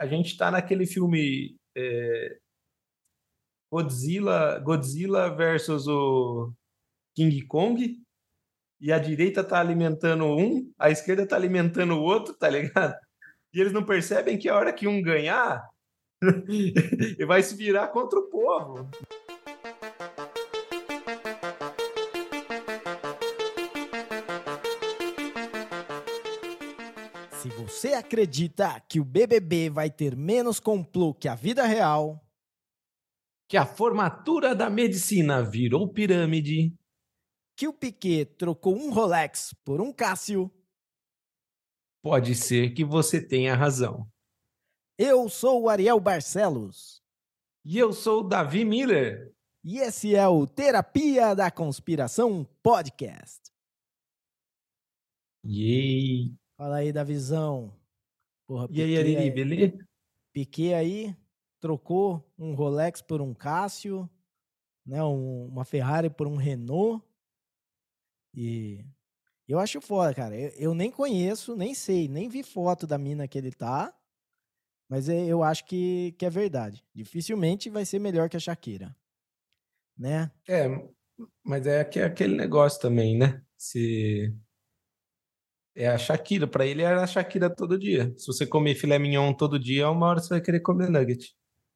a gente tá naquele filme Godzilla versus o King Kong, e a direita tá alimentando um, a esquerda tá alimentando o outro, tá ligado? E eles não percebem que a hora que um ganhar, ele vai se virar contra o povo. Se você acredita que o BBB vai ter menos complô que a vida real, Que a formatura da medicina virou pirâmide, que o Piquet trocou um Rolex por um Cássio, pode ser que você tenha razão. eu sou o Ariel Barcelos E eu sou o Davi Miller. e esse é o Terapia da Conspiração Podcast. E Fala aí, Davizão. Porra, aí, Ariri, beleza? Piquet aí trocou um Rolex por um Cássio, né, uma Ferrari por um Renault. E eu acho foda, cara. Eu nem conheço, nem sei, nem vi foto da mina que ele tá, mas eu acho que é verdade. Dificilmente vai ser melhor que a Shakira, né? É, mas é aquele negócio também, né? Se é a Shakira, pra ele era a Shakira todo dia. Se você comer filé mignon todo dia, uma hora você vai querer comer nugget.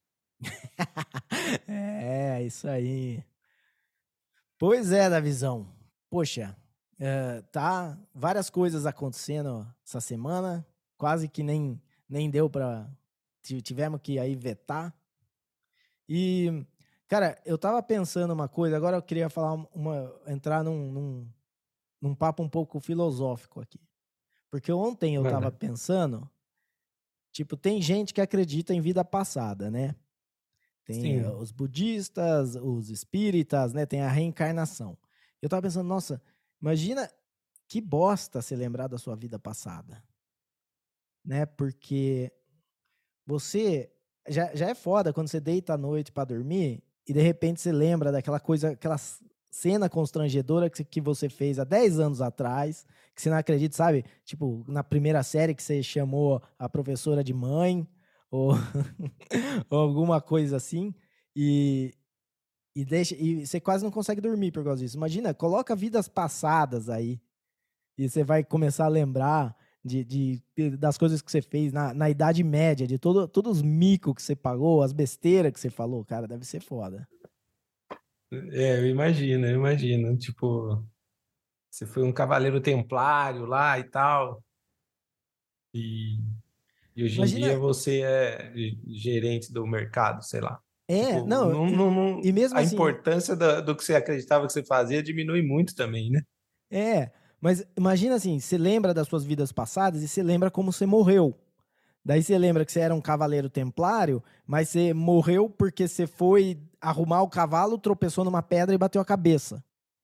É, isso aí. Pois é, Davizão. Poxa, tá várias coisas acontecendo essa semana, quase que nem deu pra. Tivemos que aí vetar. E, cara, eu tava pensando uma coisa, agora eu queria falar entrar num papo um pouco filosófico aqui. Porque ontem eu tava Mano, pensando, tipo, tem gente que acredita em vida passada, né? Tem sim. os budistas, os espíritas, né? Tem a reencarnação. Eu tava pensando, nossa, imagina que bosta se lembrar da sua vida passada, né? Porque você já é foda quando você deita à noite pra dormir e de repente você lembra daquela coisa, aquela cena constrangedora que você fez há 10 anos atrás, que você não acredita, sabe? Tipo, na primeira série que você chamou a professora de mãe, ou, ou alguma coisa assim, e, e você quase não consegue dormir por causa disso. Imagina, coloca vidas passadas aí, e você vai começar a lembrar das coisas que você fez na Idade Média, de todos os micos que você pagou, as besteiras que você falou, cara, deve ser foda. Eu imagino, eu imagino. Tipo, você foi um cavaleiro templário lá e tal, e, e hoje em dia Imagina, você é gerente do mercado, sei lá. Tipo, não, e mesmo a assim, importância do que você acreditava que você fazia diminui muito também, né? mas imagina assim, você lembra das suas vidas passadas e você lembra como você morreu. Daí você lembra que você era um cavaleiro templário, mas você morreu porque você foi arrumar o cavalo, tropeçou numa pedra e bateu a cabeça.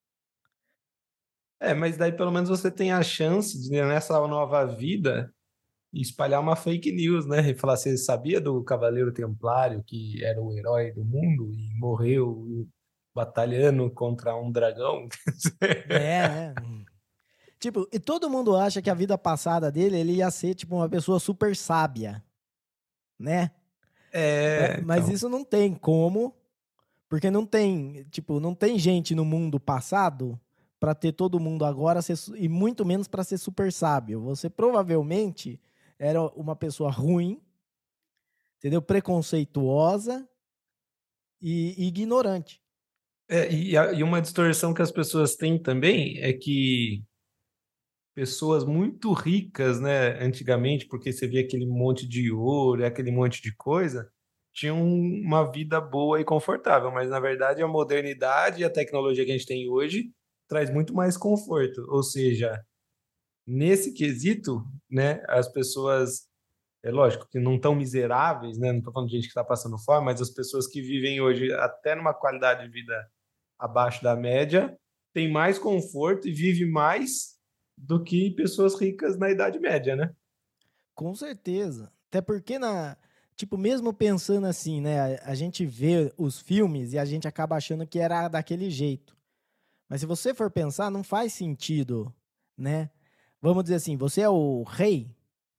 Mas daí pelo menos você tem a chance de, nessa nova vida, espalhar uma fake news, né? E falar, você sabia do Cavaleiro Templário que era o herói do mundo e morreu batalhando contra um dragão? É, né? Tipo, e todo mundo acha que a vida passada dele, ele ia ser, tipo, uma pessoa super sábia, né? Mas Então. isso não tem como, porque não tem, tipo, não tem gente no mundo passado pra ter todo mundo agora e muito menos pra ser super sábio. Você provavelmente era uma pessoa ruim, entendeu? Preconceituosa e ignorante. E uma distorção que as pessoas têm também é que pessoas muito ricas, né, antigamente, porque você via aquele monte de ouro, aquele monte de coisa, tinham uma vida boa e confortável, mas na verdade a modernidade e a tecnologia que a gente tem hoje traz muito mais conforto. Ou seja, nesse quesito, né, as pessoas, é lógico que não tão miseráveis, né, não estou falando de gente que está passando fome, mas as pessoas que vivem hoje até numa qualidade de vida abaixo da média, tem mais conforto e vive mais do que pessoas ricas na Idade Média, né? Com certeza. Até porque tipo, mesmo pensando assim, né, a gente vê os filmes e a gente acaba achando que era daquele jeito. Mas se você for pensar, não faz sentido, né? Vamos dizer assim, você é o rei,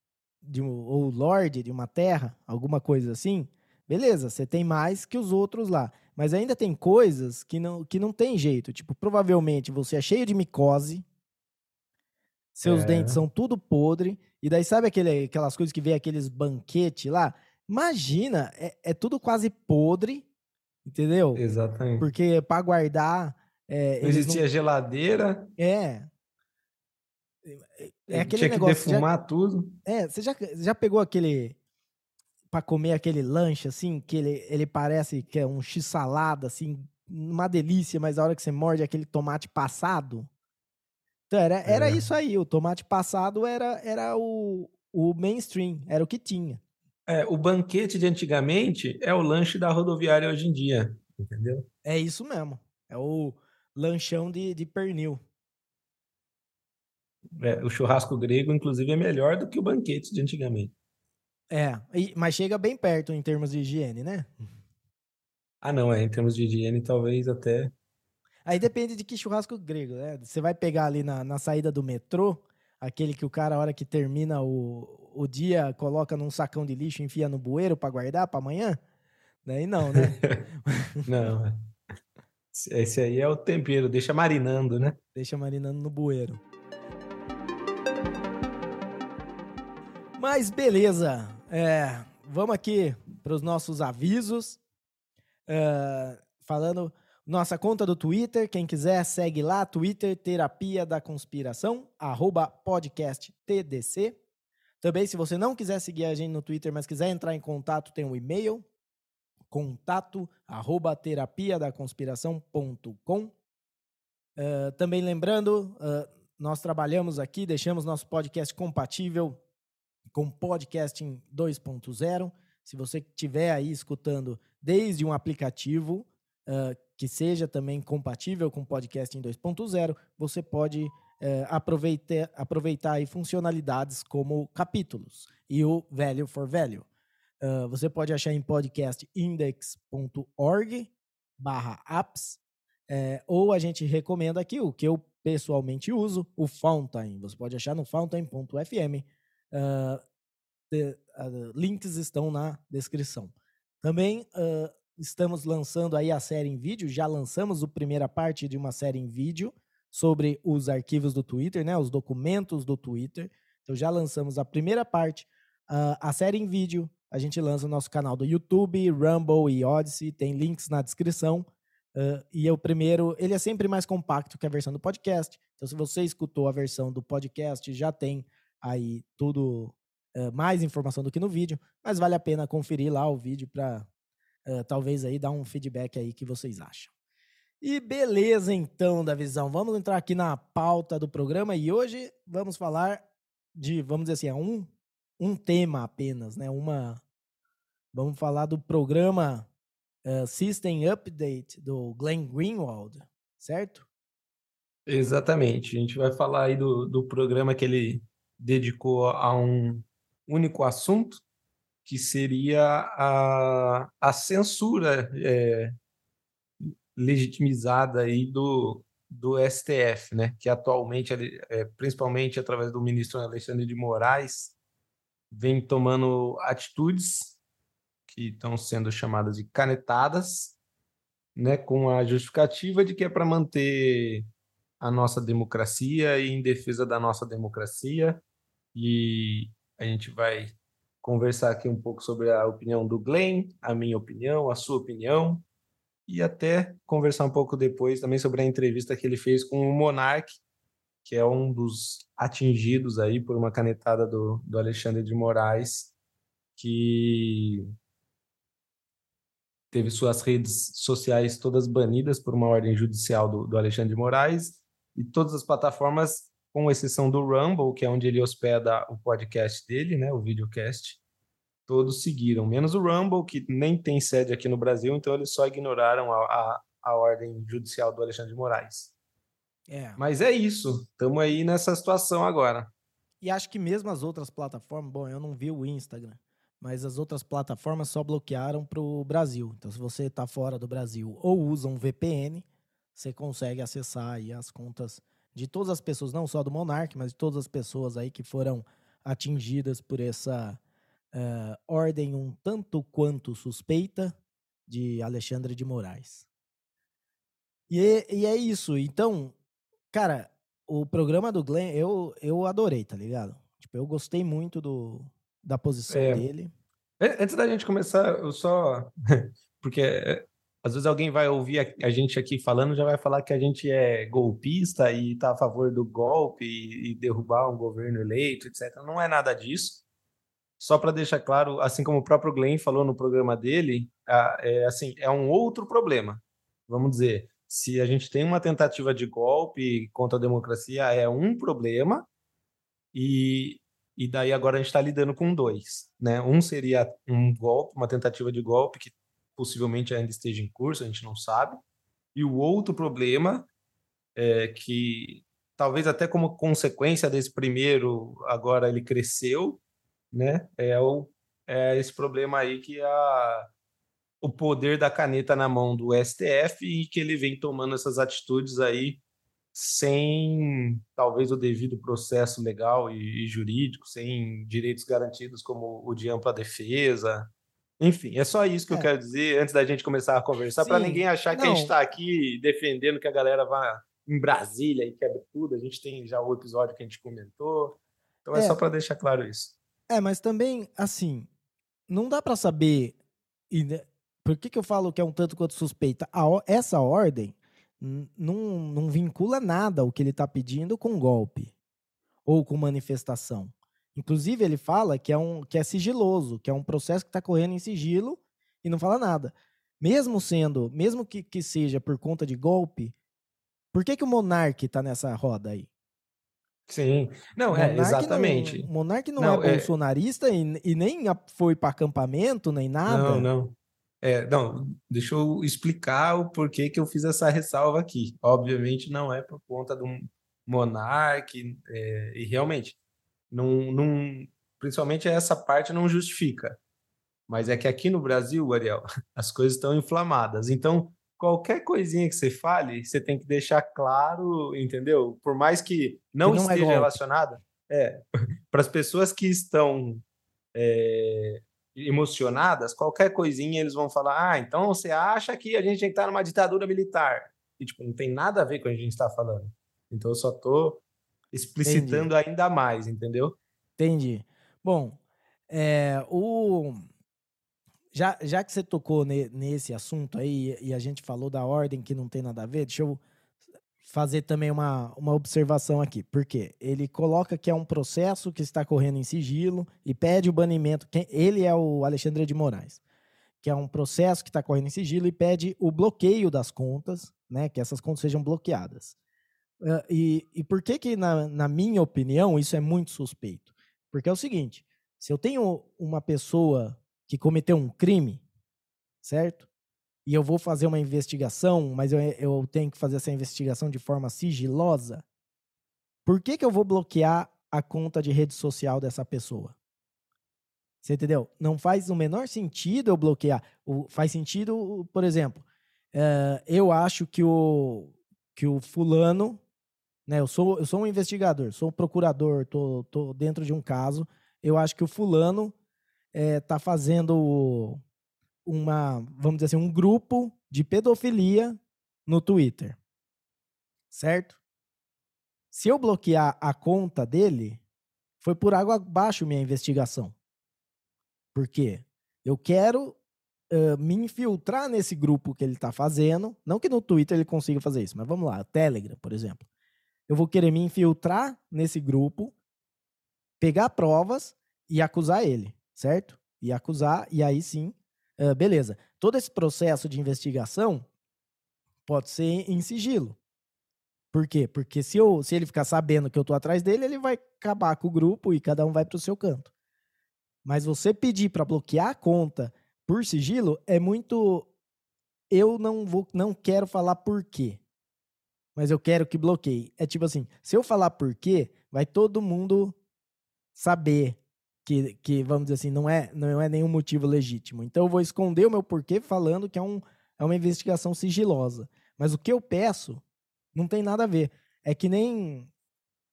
ou lorde de uma terra, alguma coisa assim, beleza, você tem mais que os outros lá. Mas ainda tem coisas que não tem jeito. Tipo, provavelmente você é cheio de micose, seus dentes É, são tudo podre, e daí sabe aquelas coisas que vem aqueles banquetes lá? Imagina, é tudo quase podre, entendeu? exatamente. Porque para guardar, Não eles não. existia geladeira, É, é aquele tinha que negócio. defumar tudo. Você já pegou aquele. Pra comer aquele lanche, assim, que ele parece que é um x-salada, assim, uma delícia, mas a hora que você morde é aquele tomate passado. Então, era É. isso aí. O tomate passado era o mainstream, era o que tinha. O banquete de antigamente é o lanche da rodoviária hoje em dia, entendeu? É isso mesmo. É o lanchão de pernil. O churrasco grego, inclusive, é melhor do que o banquete de antigamente. Mas chega bem perto em termos de higiene, né? Ah, não, em termos de higiene, talvez até. Aí depende de que churrasco grego, né? Você vai pegar ali na saída do metrô, aquele que o cara, a hora que termina o dia, coloca num sacão de lixo e enfia no bueiro pra guardar pra amanhã? Daí não, né? Não, esse aí é o tempero, deixa marinando, né? Deixa marinando no bueiro. Mas beleza. Vamos aqui para os nossos avisos. Falando nossa conta do Twitter, quem quiser segue lá, Twitter Terapia da Conspiração, @podcasttdc. Também, se você não quiser seguir a gente no Twitter, mas quiser entrar em contato, tem um e-mail, contato@terapiadaconspiração.com. Também lembrando, nós trabalhamos aqui, deixamos nosso podcast compatível com Podcasting 2.0. Se você estiver aí escutando desde um aplicativo que seja também compatível com Podcasting 2.0, você pode aproveitar aí funcionalidades como capítulos e o Value for Value. Você pode achar em podcastindex.org/apps, ou a gente recomenda aqui o que eu pessoalmente uso, o Fountain. Você pode achar no fountain.fm. Links estão na descrição. Também estamos lançando aí a série em vídeo, já lançamos a primeira parte de uma série em vídeo sobre os arquivos do Twitter, né, os documentos do Twitter. Então já lançamos a primeira parte, a série em vídeo, a gente lança no nosso canal do YouTube, Rumble e Odyssey, tem links na descrição. E o primeiro, ele é sempre mais compacto que a versão do podcast. Então, se você escutou a versão do podcast, já tem aí tudo, mais informação do que no vídeo, mas vale a pena conferir lá o vídeo para talvez aí dar um feedback aí que vocês acham. E beleza então, Davizão, vamos entrar aqui na pauta do programa e hoje vamos falar de, vamos dizer assim, um tema apenas, né? Vamos falar do programa System Update do Glenn Greenwald, certo? Exatamente. A gente vai falar aí do programa que ele dedicou a um único assunto, que seria a censura legitimizada aí do STF, né? Que atualmente, principalmente através do ministro Alexandre de Moraes, vem tomando atitudes que estão sendo chamadas de canetadas, né? Com a justificativa de que é para manter a nossa democracia e em defesa da nossa democracia. E a gente vai conversar aqui um pouco sobre a opinião do Glenn, a minha opinião, a sua opinião, e até conversar um pouco depois também sobre a entrevista que ele fez com o Monark, que é um dos atingidos aí por uma canetada do Alexandre de Moraes, que teve suas redes sociais todas banidas por uma ordem judicial do Alexandre de Moraes, e todas as plataformas, com exceção do Rumble, que é onde ele hospeda o podcast dele, né, o videocast, todos seguiram, menos o Rumble, que nem tem sede aqui no Brasil, então eles só ignoraram a ordem judicial do Alexandre de Moraes. É. Mas é isso, estamos aí nessa situação agora. E acho que mesmo as outras plataformas, bom, eu não vi o Instagram, mas as outras plataformas só bloquearam para o Brasil. Então, se você está fora do Brasil ou usa um VPN, você consegue acessar aí as contas de todas as pessoas, não só do Monark, mas de todas as pessoas aí que foram atingidas por essa ordem um tanto quanto suspeita de Alexandre de Moraes. E é isso. Então, cara, o programa do Glenn eu adorei, tá ligado? Tipo, eu gostei muito da posição É, dele. antes da gente começar, eu só. Porque às vezes alguém vai ouvir a gente aqui falando, já vai falar que a gente é golpista e está a favor do golpe e derrubar um governo eleito, etc. Não é nada disso. Só para deixar claro, assim como o próprio Glenn falou no programa dele, assim, é um outro problema. Vamos dizer, se a gente tem uma tentativa de golpe contra a democracia, é um problema, e, e daí agora a gente está lidando com dois, né? Um seria um golpe, uma tentativa de golpe que possivelmente ainda esteja em curso, a gente não sabe. E o outro problema é que talvez até como consequência desse primeiro, agora ele cresceu, né? É esse problema aí que o poder da caneta na mão do STF e que ele vem tomando essas atitudes aí sem talvez o devido processo legal e jurídico, sem direitos garantidos como o de ampla defesa. Enfim, é só isso que eu É, quero dizer antes da gente começar a conversar, para ninguém sim, achar que a gente não, está aqui defendendo que a galera vá em Brasília e quebre tudo. A gente tem já o episódio que a gente comentou. Então é só é, para deixar claro isso. mas também, assim, não dá pra saber. Por que eu falo que é um tanto quanto suspeita? Essa ordem não vincula nada o que ele está pedindo com golpe ou com manifestação. Inclusive, ele fala que é sigiloso, que é um processo que está correndo em sigilo e não fala nada. Mesmo que seja por conta de golpe, por que o Monark está nessa roda aí? Sim, O não, exatamente. Monark não é Não, bolsonarista e nem foi para acampamento, nem não, nada. não. Não, deixa eu explicar o porquê que eu fiz essa ressalva aqui. Obviamente não é por conta de um monarca, e realmente, principalmente essa parte não justifica. Mas é que aqui no Brasil, Ariel, as coisas estão inflamadas. Então, qualquer coisinha que você fale, você tem que deixar claro, entendeu? Por mais que Que não não é esteja golpe. relacionada, para as pessoas que estão emocionadas, qualquer coisinha eles vão falar: ah, então você acha que a gente tem que estar numa ditadura militar? E, tipo, não tem nada a ver com o que a gente está falando. Então, eu só estou Entendi. explicitando ainda mais, entendeu? Entendi. Bom, é, o, já que você tocou nesse assunto aí e a gente falou da ordem que não tem nada a ver, deixa eu fazer também uma observação aqui. Porque ele coloca que é um processo que está correndo em sigilo e pede o banimento. Ele é o Alexandre de Moraes, que é um processo que está correndo em sigilo e pede o bloqueio das contas, né? Que essas contas sejam bloqueadas. E por que na minha opinião, isso é muito suspeito? Porque é o seguinte, se eu tenho uma pessoa que cometeu um crime, certo? E eu vou fazer uma investigação, mas eu tenho que fazer essa investigação de forma sigilosa, por que eu vou bloquear a conta de rede social dessa pessoa? Você entendeu? Não faz o menor sentido eu bloquear. Faz sentido, por exemplo, eu acho que o fulano, né? Eu sou um investigador, sou um procurador, tô dentro de um caso. Eu acho que o fulano tá fazendo vamos dizer assim, um grupo de pedofilia no Twitter, certo? Se eu bloquear a conta dele, foi por água abaixo minha investigação. Por quê? Eu quero me infiltrar nesse grupo que ele está fazendo. Não que no Twitter ele consiga fazer isso, mas vamos lá, Telegram, por exemplo. Eu vou querer me infiltrar nesse grupo, pegar provas e acusar ele, certo? E acusar, e aí sim, beleza. Todo esse processo de investigação pode ser em sigilo. Por quê? Porque se ele ficar sabendo que eu tô atrás dele, ele vai acabar com o grupo e cada um vai pro seu canto. Mas você pedir para bloquear a conta por sigilo é muito. Eu não quero falar por quê, mas eu quero que bloqueie. É tipo assim, se eu falar por quê, vai todo mundo saber que vamos dizer assim, não é nenhum motivo legítimo. Então eu vou esconder o meu porquê falando que é uma investigação sigilosa. Mas o que eu peço não tem nada a ver. É que nem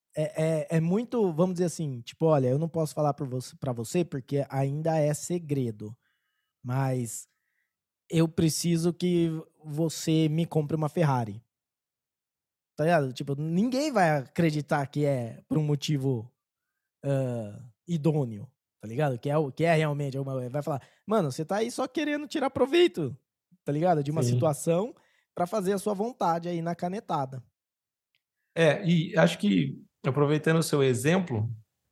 é muito, vamos dizer assim, tipo, olha, eu não posso falar pra você porque ainda é segredo, mas eu preciso que você me compre uma Ferrari, tá ligado? Tipo, ninguém vai acreditar que é por um motivo idôneo, tá ligado? Que é realmente vai falar, mano, você tá aí só querendo tirar proveito, tá ligado? De uma Sim. situação pra fazer a sua vontade aí na canetada. E acho que, aproveitando o seu exemplo,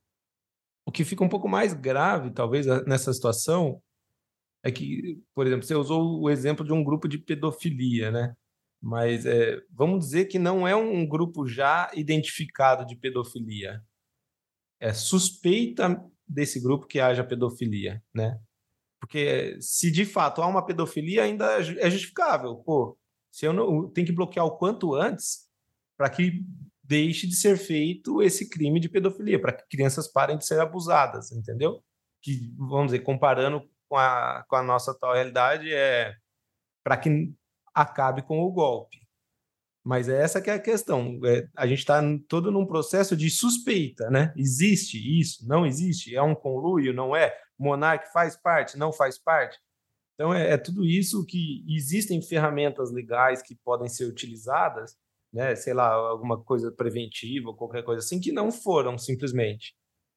o que fica um pouco mais grave, talvez, nessa situação, é que, por exemplo, você usou o exemplo de um grupo de pedofilia, né? Mas vamos dizer que não é um grupo já identificado de pedofilia. É suspeita desse grupo que haja pedofilia, né? Porque se de fato há uma pedofilia, ainda é justificável. Pô, se eu não tem que bloquear o quanto antes para que deixe de ser feito esse crime de pedofilia, para que crianças parem de ser abusadas, entendeu? Que, vamos dizer, comparando com a nossa atual realidade, é para que acabe com o golpe. Mas é essa que é a questão. A gente está todo num processo de suspeita, né? Existe isso? Não existe? É um conluio? Não é? O monarca faz parte? Não faz parte? Então, tudo isso que existem ferramentas legais que podem ser utilizadas, né? Sei lá, alguma coisa preventiva ou qualquer coisa assim, que não foram simplesmente.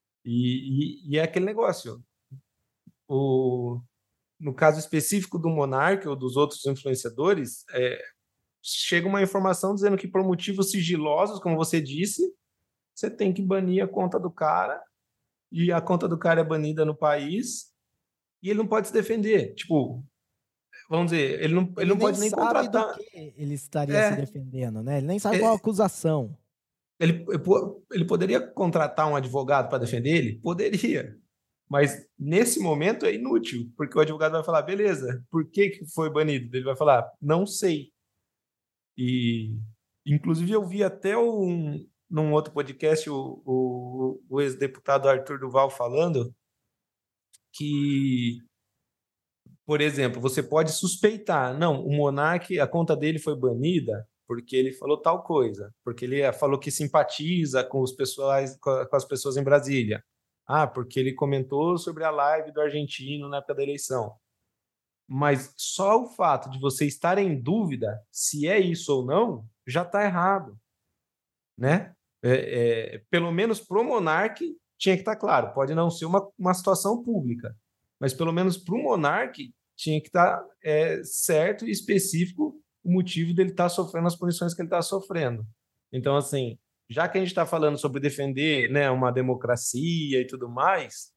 E é aquele negócio. O, no caso específico do monarca ou dos outros influenciadores, chega uma informação dizendo que por motivos sigilosos, como você disse, você tem que banir a conta do cara e a conta do cara é banida no país e ele não pode se defender. Tipo, vamos dizer, ele Ele não nem pode nem sabe do contratar. que ele estaria se É, defendendo, né? Ele nem sabe qual a é acusação. ele poderia contratar um advogado para defender ele? Poderia. Mas nesse momento é inútil, porque o advogado vai falar, beleza, por que foi banido? Ele vai falar, não sei. E, inclusive, eu vi até num outro podcast o ex-deputado Arthur Duval falando que, por exemplo, você pode suspeitar, não, o Monark, a conta dele foi banida porque ele falou tal coisa, porque ele falou que simpatiza com os pessoais, com as pessoas em Brasília. Ah, porque ele comentou sobre a live do argentino na época da eleição. Mas só o fato de você estar em dúvida se é isso ou não já está errado, né? Pelo menos para o monarca tinha que estar claro. Pode não ser uma situação pública, mas pelo menos para o monarca tinha que estar certo e específico o motivo dele estar sofrendo as punições que ele está sofrendo. Então, assim, já que a gente está falando sobre defender, né, uma democracia e tudo mais,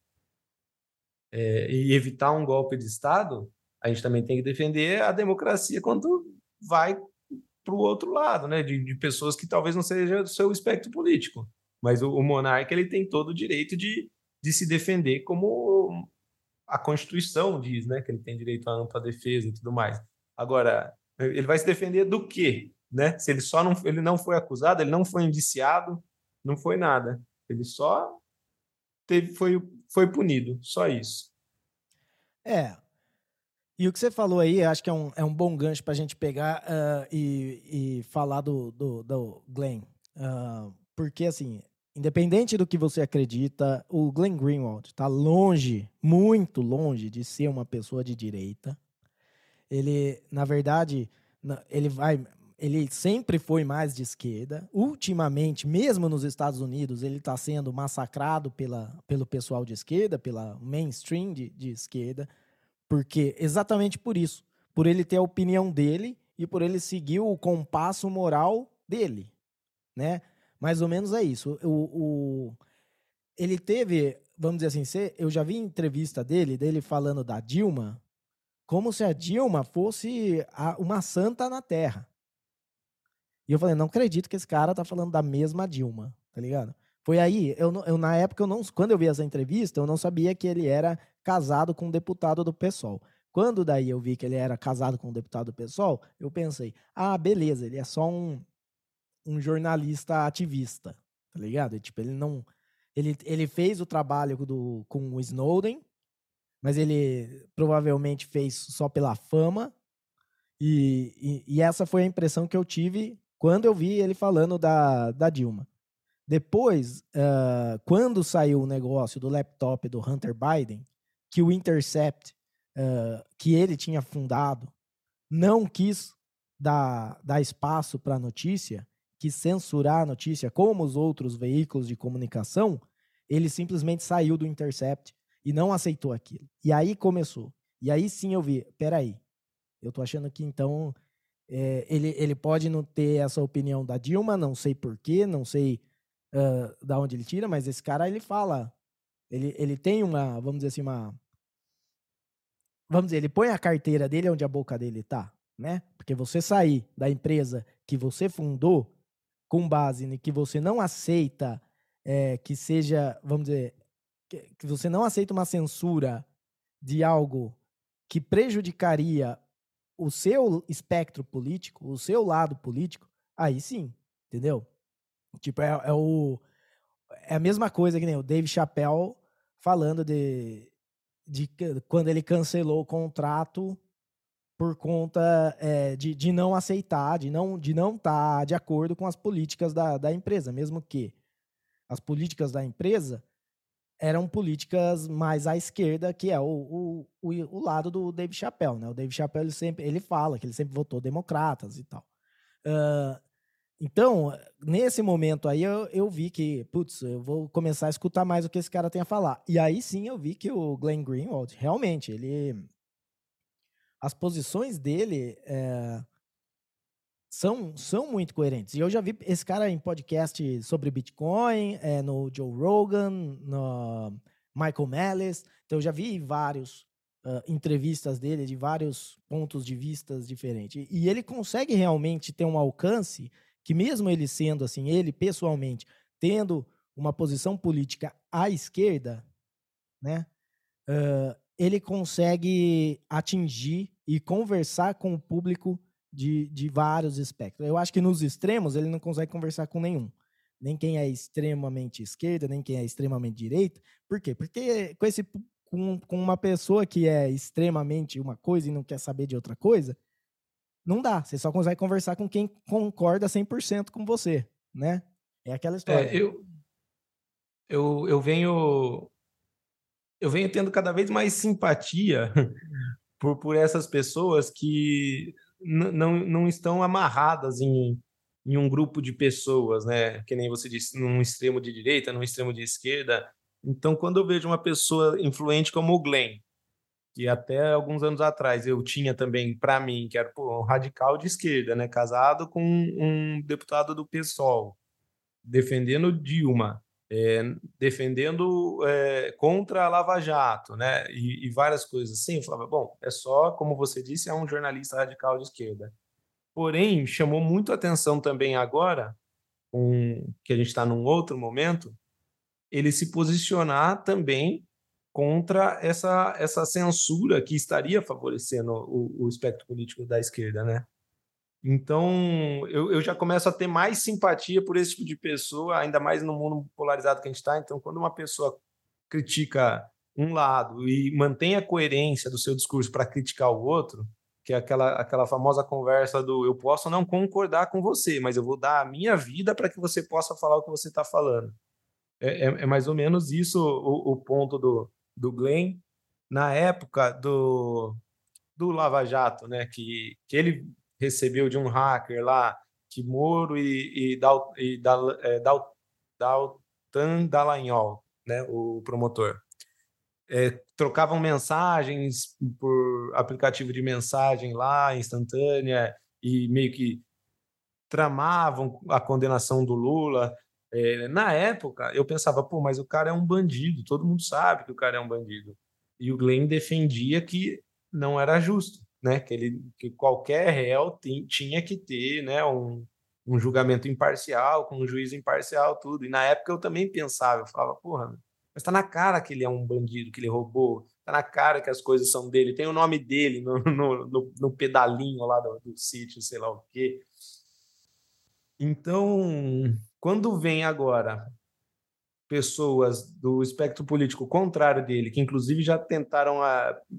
e evitar um golpe de Estado, a gente também tem que defender a democracia quando vai para o outro lado, né? De pessoas que talvez não seja do seu espectro político. Mas o monarca ele tem todo o direito de se defender como a Constituição diz, né? Que ele tem direito à ampla defesa e tudo mais. Agora, ele vai se defender do quê? Né? Se ele não foi acusado, ele não foi indiciado, não foi nada. Ele só foi punido, só isso. É. E o que você falou aí, acho que é um bom gancho para a gente pegar e falar do Glenn. Porque, assim, independente do que você acredita, o Glenn Greenwald está longe, muito longe de ser uma pessoa de direita. Ele, na verdade, ele sempre foi mais de esquerda. Ultimamente, mesmo nos Estados Unidos, ele está sendo massacrado pelo pessoal de esquerda, pela mainstream de esquerda, porque exatamente por isso, por ele ter a opinião dele e por ele seguir o compasso moral dele, né? Mais ou menos é isso. Ele teve, vamos dizer assim, eu já vi entrevista dele falando da Dilma, como se a Dilma fosse uma santa na Terra. E eu falei, não acredito que esse cara tá falando da mesma Dilma, tá ligado? Foi aí, na época, quando eu vi essa entrevista, eu não sabia que ele era casado com um deputado do PSOL. Quando daí eu vi que ele era casado com um deputado do PSOL, eu pensei, ah, beleza, ele é só um jornalista ativista, tá ligado? E, tipo, ele não... Ele fez o trabalho com o Snowden, mas ele provavelmente fez só pela fama, e essa foi a impressão que eu tive quando eu vi ele falando da Dilma. Depois, quando saiu o negócio do laptop do Hunter Biden, que o Intercept, que ele tinha fundado, não quis dar espaço para a notícia, quis censurar a notícia, como os outros veículos de comunicação, ele simplesmente saiu do Intercept e não aceitou aquilo. E aí começou. E aí sim eu vi, peraí, eu tô achando que então ele pode não ter essa opinião da Dilma, não sei porquê, não sei da onde ele tira, mas esse cara, ele fala, ele tem uma, vamos dizer assim, vamos dizer, ele põe a carteira dele onde a boca dele tá, né? Porque você sair da empresa que você fundou com base em que você não aceita que seja, vamos dizer, que você não aceita uma censura de algo que prejudicaria o seu espectro político, o seu lado político, aí sim, entendeu? Tipo, é a mesma coisa que nem o Dave Chappelle falando de quando ele cancelou o contrato por conta de não aceitar, de não estar de acordo com as políticas da empresa, mesmo que as políticas da empresa eram políticas mais à esquerda, que é o lado do Dave Chappelle, né? O Dave Chappelle ele fala que ele sempre votou democratas e tal. Então, nesse momento aí, eu vi que, putz, eu vou começar a escutar mais o que esse cara tem a falar. E aí sim eu vi que o Glenn Greenwald, realmente, as posições dele são muito coerentes. E eu já vi esse cara em podcast sobre Bitcoin, no Joe Rogan, no Michael Malice. Então eu já vi vários entrevistas dele de vários pontos de vistas diferentes. E ele consegue realmente ter um alcance que, mesmo ele sendo assim, ele pessoalmente tendo uma posição política à esquerda, né? Ele consegue atingir e conversar com o público de vários espectros. Eu acho que nos extremos ele não consegue conversar com nenhum. Nem quem é extremamente esquerda, nem quem é extremamente direita. Por quê? Porque com uma pessoa que é extremamente uma coisa e não quer saber de outra coisa, não dá. Você só consegue conversar com quem concorda 100% com você, né? É aquela história. Eu venho tendo cada vez mais simpatia por essas pessoas que não estão amarradas em um grupo de pessoas, né? Que nem você disse, num extremo de direita, num extremo de esquerda. Então, quando eu vejo uma pessoa influente como o Glenn, que até alguns anos atrás eu tinha também para mim, que era um radical de esquerda, né? Casado com um deputado do PSOL, defendendo Dilma, defendendo contra a Lava Jato, né? E várias coisas assim. Eu falava, bom, é só, como você disse, é um jornalista radical de esquerda. Porém, chamou muito atenção também agora, que a gente está num outro momento, ele se posicionar também contra essa censura que estaria favorecendo o espectro político da esquerda, né? Então, eu já começo a ter mais simpatia por esse tipo de pessoa, ainda mais no mundo polarizado que a gente está. Então, quando uma pessoa critica um lado e mantém a coerência do seu discurso para criticar o outro, que é aquela famosa conversa do eu posso não concordar com você, mas eu vou dar a minha vida para que você possa falar o que você está falando. É mais ou menos isso o ponto do Glenn na época do Lava Jato, né? Que ele recebeu de um hacker lá, que Moro Daltan Dallagnol, né? O promotor. Trocavam mensagens por aplicativo de mensagem lá, instantânea, e meio que tramavam a condenação do Lula. Na época, eu pensava, pô, mas o cara é um bandido, todo mundo sabe que o cara é um bandido. E o Glenn defendia que não era justo, né? Que qualquer réu tinha que ter, né, um julgamento imparcial, com um juiz imparcial, tudo. E na época eu também pensava, eu falava, porra, mas tá na cara que ele é um bandido, que ele roubou, tá na cara que as coisas são dele, tem o nome dele no pedalinho lá do sítio, sei lá o quê. Então, quando vem agora pessoas do espectro político contrário dele, que inclusive já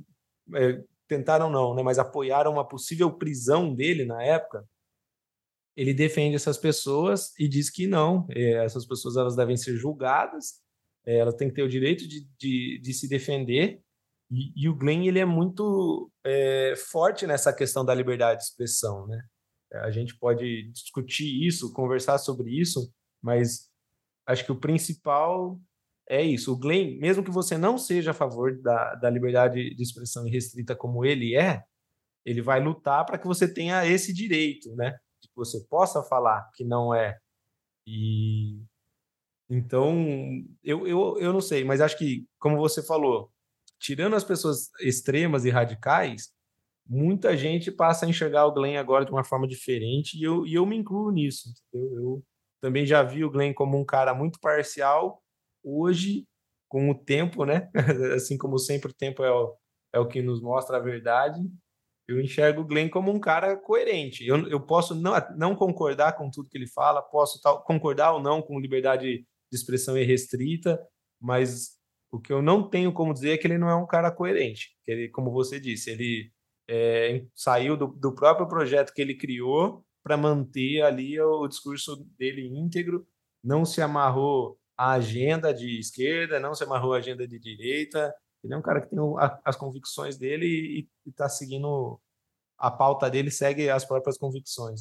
tentaram não, né, mas apoiaram uma possível prisão dele na época, ele defende essas pessoas e diz que não, essas pessoas elas devem ser julgadas, elas têm que ter o direito de se defender, e o Glenn ele é muito forte nessa questão da liberdade de expressão, né? A gente pode discutir isso, conversar sobre isso, mas acho que o principal é isso. O Glenn, mesmo que você não seja a favor da liberdade de expressão irrestrita como ele vai lutar para que você tenha esse direito, né? De que você possa falar que não é. E então, eu não sei, mas acho que, como você falou, tirando as pessoas extremas e radicais, muita gente passa a enxergar o Glenn agora de uma forma diferente, e eu me incluo nisso. Eu também já vi o Glenn como um cara muito parcial. Hoje, com o tempo, né? Assim como sempre, o tempo é o que nos mostra a verdade. Eu enxergo o Glenn como um cara coerente. Eu posso não concordar com tudo que ele fala, posso concordar ou não com liberdade de expressão irrestrita, mas o que eu não tenho como dizer é que ele não é um cara coerente. Que ele, como você disse, ele saiu do próprio projeto que ele criou para manter ali o discurso dele íntegro, não se amarrou à agenda de esquerda, não se amarrou à agenda de direita. Ele é um cara que tem as convicções dele e está seguindo a pauta dele, segue as próprias convicções.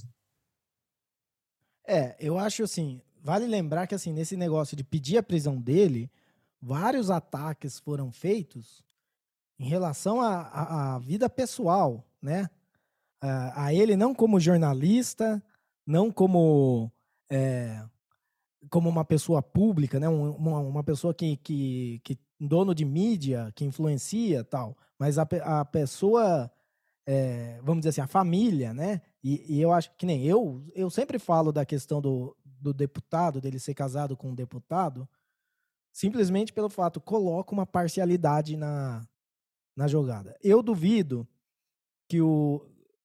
Eu acho assim, vale lembrar que assim, nesse negócio de pedir a prisão dele, vários ataques foram feitos em relação à vida pessoal, né? A ele não como jornalista, não como como uma pessoa pública, né? Uma pessoa que dono de mídia, que influencia tal, mas a pessoa, vamos dizer assim, a família, né? E eu acho que nem eu sempre falo da questão do deputado, dele ser casado com um deputado, simplesmente pelo fato, coloca uma parcialidade na jogada. Eu duvido que o.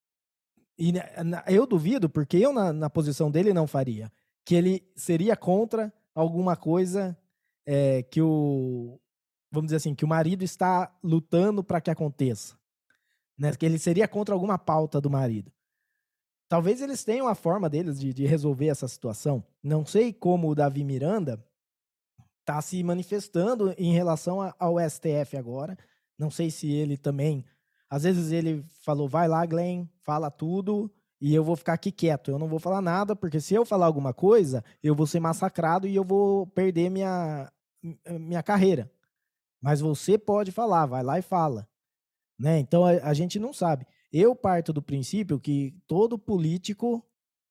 Eu duvido, porque eu, na posição dele, não faria. Que ele seria contra alguma coisa que o. Vamos dizer assim, que o marido está lutando para que aconteça. Né? Que ele seria contra alguma pauta do marido. Talvez eles tenham a forma deles de resolver essa situação. Não sei como o Davi Miranda está se manifestando em relação ao STF agora. Não sei se ele também. Às vezes ele falou, vai lá, Glenn, fala tudo e eu vou ficar aqui quieto. Eu não vou falar nada, porque se eu falar alguma coisa, eu vou ser massacrado e eu vou perder minha carreira. Mas você pode falar, vai lá e fala. Né? Então a gente não sabe. Eu parto do princípio que todo político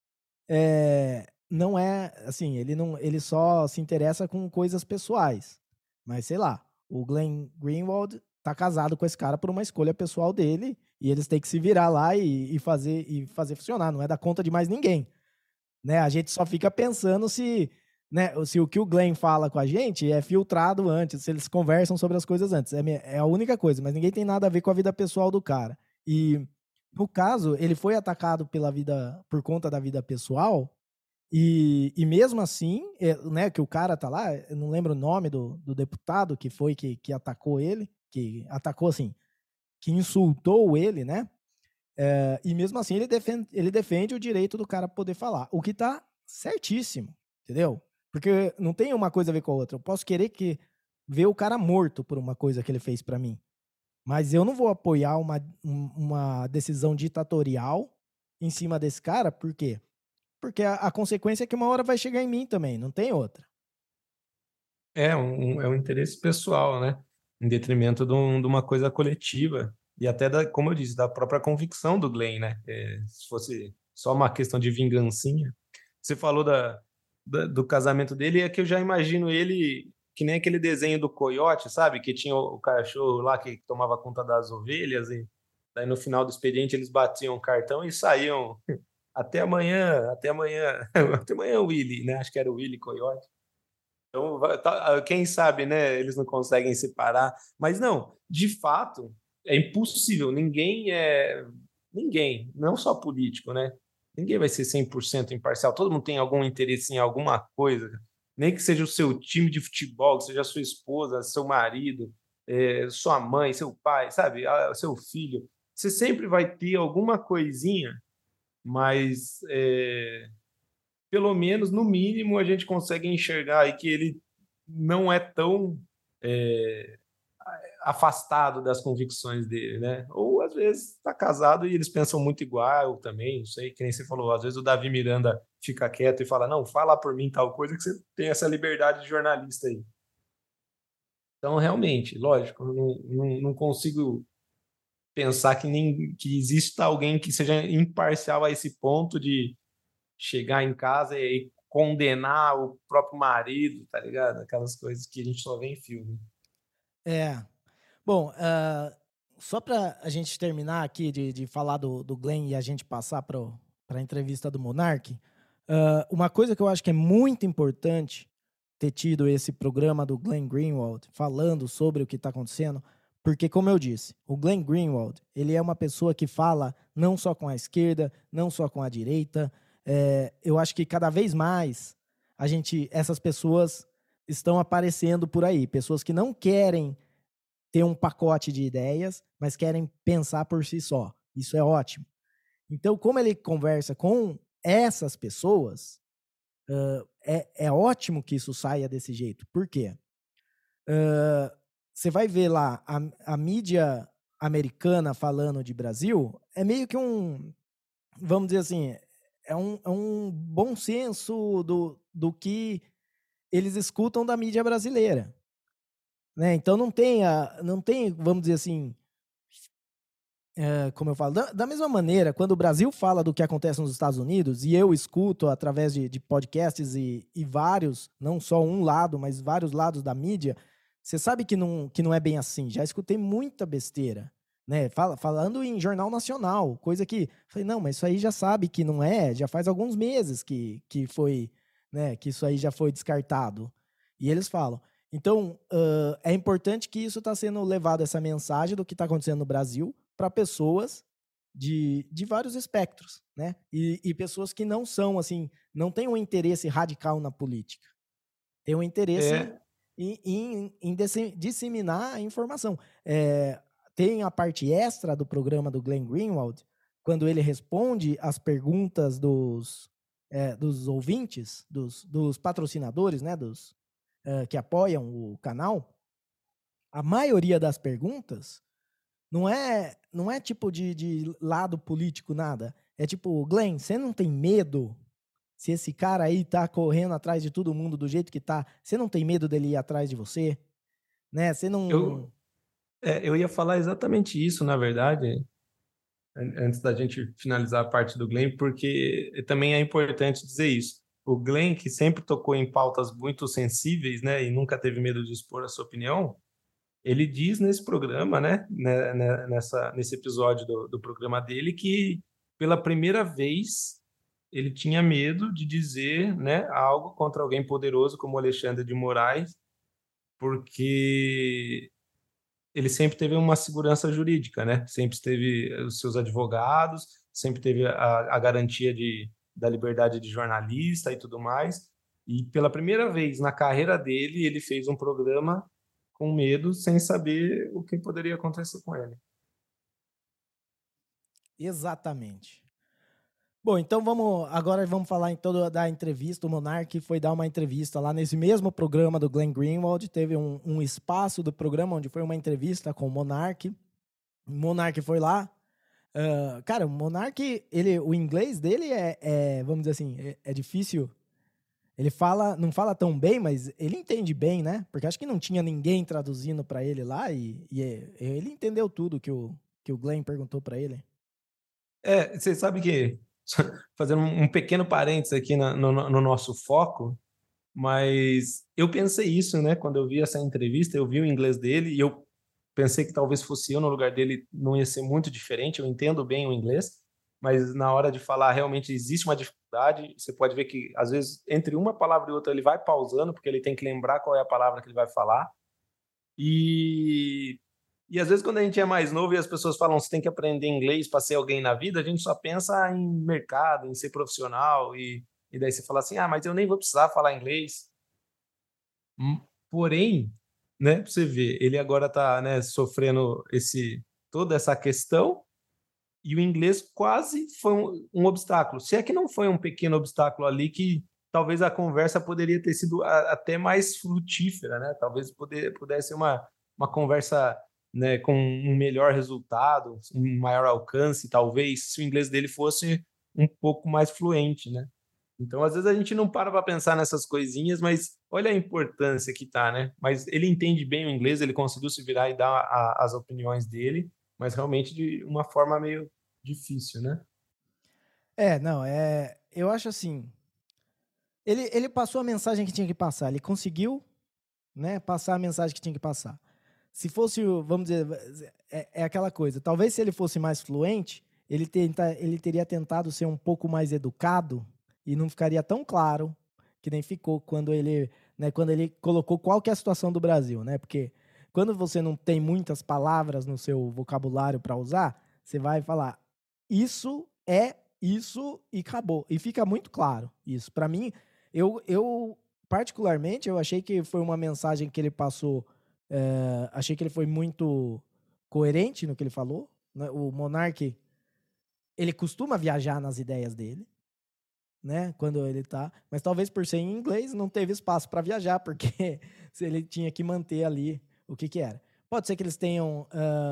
não é assim, ele só se interessa com coisas pessoais. Mas sei lá, o Glenn Greenwald tá casado com esse cara por uma escolha pessoal dele e eles têm que se virar lá e fazer funcionar, não é da conta de mais ninguém, né? A gente só fica pensando se, né, se o que o Glenn fala com a gente é filtrado antes, se eles conversam sobre as coisas antes. É a única coisa, mas ninguém tem nada a ver com a vida pessoal do cara. E no caso, ele foi atacado por conta da vida pessoal, e mesmo assim, né, que o cara tá lá, eu não lembro o nome do deputado que foi que atacou ele, que atacou assim, que insultou ele, né? E mesmo assim ele defende o direito do cara poder falar, o que tá certíssimo, entendeu? Porque não tem uma coisa a ver com a outra. Eu posso querer ver o cara morto por uma coisa que ele fez para mim, mas eu não vou apoiar uma decisão ditatorial em cima desse cara, por quê? Porque a consequência é que uma hora vai chegar em mim também, não tem outra. É um interesse pessoal, né? Em detrimento de uma coisa coletiva. E até, como eu disse, da própria convicção do Glenn, né? Se fosse só uma questão de vingancinha. Você falou do casamento dele, é que eu já imagino ele que nem aquele desenho do coiote, sabe? Que tinha o cachorro lá que tomava conta das ovelhas, e daí no final do expediente eles batiam o cartão e saíam até amanhã, até amanhã, até amanhã, Willy, né? Acho que era o Willy Coyote. Então, quem sabe, né? Eles não conseguem separar. Mas não, de fato, é impossível. Ninguém, não só político, né? Ninguém vai ser 100% imparcial. Todo mundo tem algum interesse em alguma coisa. Nem que seja o seu time de futebol, que seja a sua esposa, seu marido, sua mãe, seu pai, sabe? Seu filho. Você sempre vai ter alguma coisinha mas pelo menos, no mínimo, a gente consegue enxergar aí que ele não é tão afastado das convicções dele, né? Ou às vezes está casado e eles pensam muito igual também, não sei, que nem você falou, às vezes o Davi Miranda fica quieto e fala, não, fala por mim tal coisa, que você tem essa liberdade de jornalista aí. Então, realmente, lógico, não consigo pensar que exista alguém que seja imparcial a esse ponto de chegar em casa e condenar o próprio marido, tá ligado? Aquelas coisas que a gente só vê em filme. É. Bom, só para a gente terminar aqui de falar do Glenn e a gente passar para a entrevista do Monark, uma coisa que eu acho que é muito importante ter tido esse programa do Glenn Greenwald falando sobre o que está acontecendo, porque, como eu disse, o Glenn Greenwald, ele é uma pessoa que fala não só com a esquerda, não só com a direita. Eu acho que cada vez mais essas pessoas estão aparecendo por aí, pessoas que não querem ter um pacote de ideias, mas querem pensar por si só. Isso é ótimo. Então, como ele conversa com essas pessoas, é ótimo que isso saia desse jeito. Por quê? Você vai ver lá a mídia americana falando de Brasil, é meio que vamos dizer assim, é um bom senso do que eles escutam da mídia brasileira. Né? Então não tem, vamos dizer assim, como eu falo, da mesma maneira, quando o Brasil fala do que acontece nos Estados Unidos, e eu escuto através de podcasts e vários, não só um lado, mas vários lados da mídia, você sabe que não é bem assim. Já escutei muita besteira, né? Falando em jornal nacional, coisa que falei, não, mas isso aí já sabe que não é, já faz alguns meses que foi, né, que isso aí já foi descartado. E eles falam. Então, é importante que isso está sendo levado, essa mensagem do que está acontecendo no Brasil, para pessoas de vários espectros, né? E pessoas que não são, assim, não têm um interesse radical na política. Tem um interesse É, em disseminar a informação. Tem a parte extra do programa do Glenn Greenwald, quando ele responde as perguntas dos ouvintes, dos patrocinadores, né? Que apoiam o canal. A maioria das perguntas não é tipo de lado político, nada. É tipo, Glenn, você não tem medo se esse cara aí tá correndo atrás de todo mundo do jeito que tá? Você não tem medo dele ir atrás de você? Né? Você eu, não. eu ia falar exatamente isso, na verdade, antes da gente finalizar a parte do Glenn, porque também é importante dizer isso. O Glenn, que sempre tocou em pautas muito sensíveis, né, e nunca teve medo de expor a sua opinião, ele diz nesse programa, nesse episódio do programa dele, que pela primeira vez ele tinha medo de dizer, né, algo contra alguém poderoso como Alexandre de Moraes, porque ele sempre teve uma segurança jurídica, né? Sempre teve os seus advogados, sempre teve a garantia da liberdade de jornalista e tudo mais. E pela primeira vez na carreira dele, ele fez um programa com medo, sem saber o que poderia acontecer com ele. Exatamente. Bom, então agora vamos falar então da entrevista. O Monark foi dar uma entrevista lá nesse mesmo programa do Glenn Greenwald. Teve um espaço do programa onde foi uma entrevista com o Monark. O Monark foi lá. Cara, o Monark, o inglês dele vamos dizer assim, é difícil. Ele não fala tão bem, mas ele entende bem, né? Porque acho que não tinha ninguém traduzindo para ele lá e ele entendeu tudo que o Glenn perguntou para ele. Você sabe que, fazendo um pequeno parênteses aqui no nosso foco, mas eu pensei isso, né? Quando eu vi essa entrevista, eu vi o inglês dele e eu pensei que talvez fosse eu no lugar dele, não ia ser muito diferente. Eu entendo bem o inglês, mas na hora de falar realmente existe uma dificuldade. Você pode ver que às vezes entre uma palavra e outra ele vai pausando porque ele tem que lembrar qual é a palavra que ele vai falar. E às vezes quando a gente é mais novo e as pessoas falam você tem que aprender inglês para ser alguém na vida, a gente só pensa em mercado, em ser profissional e daí você fala assim: "Ah, mas eu nem vou precisar falar inglês". Porém, né, pra você ver, ele agora está, né, sofrendo toda essa questão e o inglês quase foi um obstáculo. Se é que não foi um pequeno obstáculo ali que talvez a conversa poderia ter sido até mais frutífera, né? Talvez pudesse ser uma conversa, né, com um melhor resultado, um maior alcance, talvez, se o inglês dele fosse um pouco mais fluente, né? Então, às vezes, a gente não para pensar nessas coisinhas, mas olha a importância que tá, né? Mas ele entende bem o inglês, ele conseguiu se virar e dar as opiniões dele, mas realmente de uma forma meio difícil, né? Não, eu acho assim, ele passou a mensagem que tinha que passar, ele conseguiu, né, passar a mensagem que tinha que passar. Se fosse, vamos dizer, é aquela coisa, talvez se ele fosse mais fluente, ele teria tentado ser um pouco mais educado e não ficaria tão claro que nem ficou quando ele, né, quando ele colocou qual que é a situação do Brasil, né? Porque quando você não tem muitas palavras no seu vocabulário para usar, você vai falar isso é isso e acabou. E fica muito claro isso. Para mim, eu particularmente, eu achei que foi uma mensagem que ele passou. Achei que ele foi muito coerente no que ele falou, né? O Monark, ele costuma viajar nas ideias dele, né? Quando ele tá. Mas talvez por ser em inglês não teve espaço para viajar, porque se ele tinha que manter ali o que era. Pode ser que eles tenham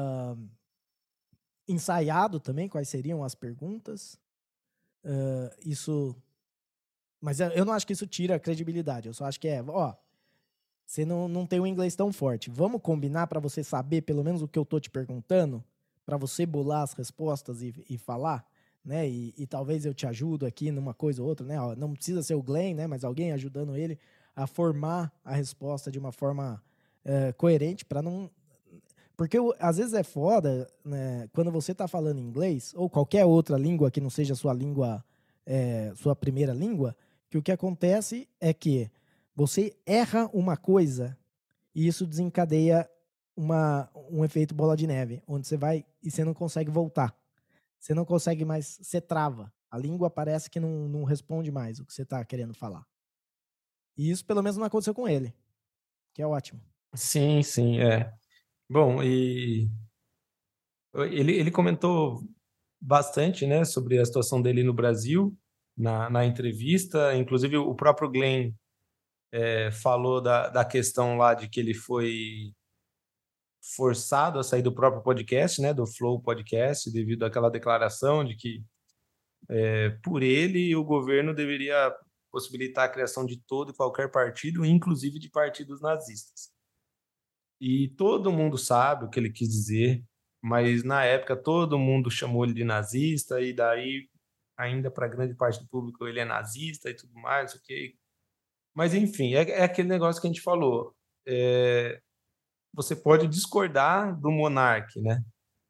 ensaiado também quais seriam as perguntas. Isso. Mas eu não acho que isso tira a credibilidade. Eu só acho que você não tem um inglês tão forte. Vamos combinar para você saber pelo menos o que eu tô te perguntando, para você bolar as respostas e falar, né? E talvez eu te ajudo aqui numa coisa ou outra, né? Ó, não precisa ser o Glenn, né? Mas alguém ajudando ele a formar a resposta de uma forma coerente para não. Porque às vezes é foda, né? Quando você tá falando inglês ou qualquer outra língua que não seja sua língua, sua primeira língua, que o que acontece é que você erra uma coisa e isso desencadeia um efeito bola de neve, onde você vai e você não consegue voltar. Você não consegue mais, você trava. A língua parece que não responde mais o que você está querendo falar. E isso pelo menos não aconteceu com ele, que é ótimo. Sim, sim, é. Bom, e ele comentou bastante, né, sobre a situação dele no Brasil, na entrevista. Inclusive, o próprio Glenn falou da questão lá de que ele foi forçado a sair do próprio podcast, né, do Flow Podcast, devido àquela declaração de que, por ele, o governo deveria possibilitar a criação de todo e qualquer partido, inclusive de partidos nazistas. E todo mundo sabe o que ele quis dizer, mas na época todo mundo chamou ele de nazista, e daí, ainda para grande parte do público, ele é nazista e tudo mais, ok. Mas enfim, é aquele negócio que a gente falou. Você pode discordar do monarca, né?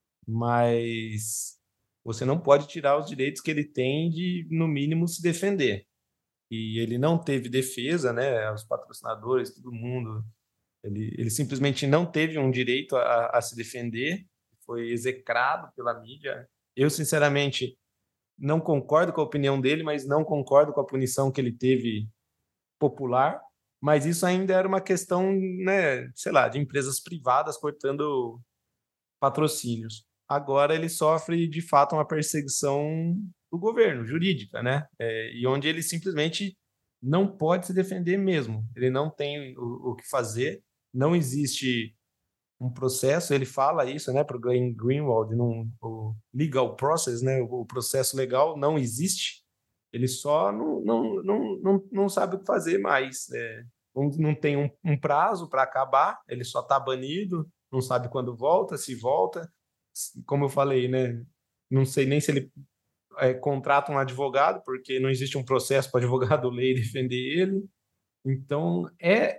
Mas você não pode tirar os direitos que ele tem de, no mínimo, se defender. E ele não teve defesa, né? Os patrocinadores, todo mundo. Ele simplesmente não teve um direito a se defender, foi execrado pela mídia. Eu, sinceramente, não concordo com a opinião dele, mas não concordo com a punição que ele teve popular. Mas isso ainda era uma questão, né, sei lá, de empresas privadas cortando patrocínios. Agora ele sofre, de fato, uma perseguição do governo, jurídica, né? E onde ele simplesmente não pode se defender mesmo. Ele não tem o que fazer, não existe um processo, ele fala isso, né, para o Glenn Greenwald, o legal process, né, o processo legal não existe, ele só não sabe o que fazer mais. Não tem um prazo para acabar, ele só está banido, não sabe quando volta, se volta. Como eu falei, né, não sei nem se ele contrata um advogado, porque não existe um processo para advogado ler e defender ele. Então,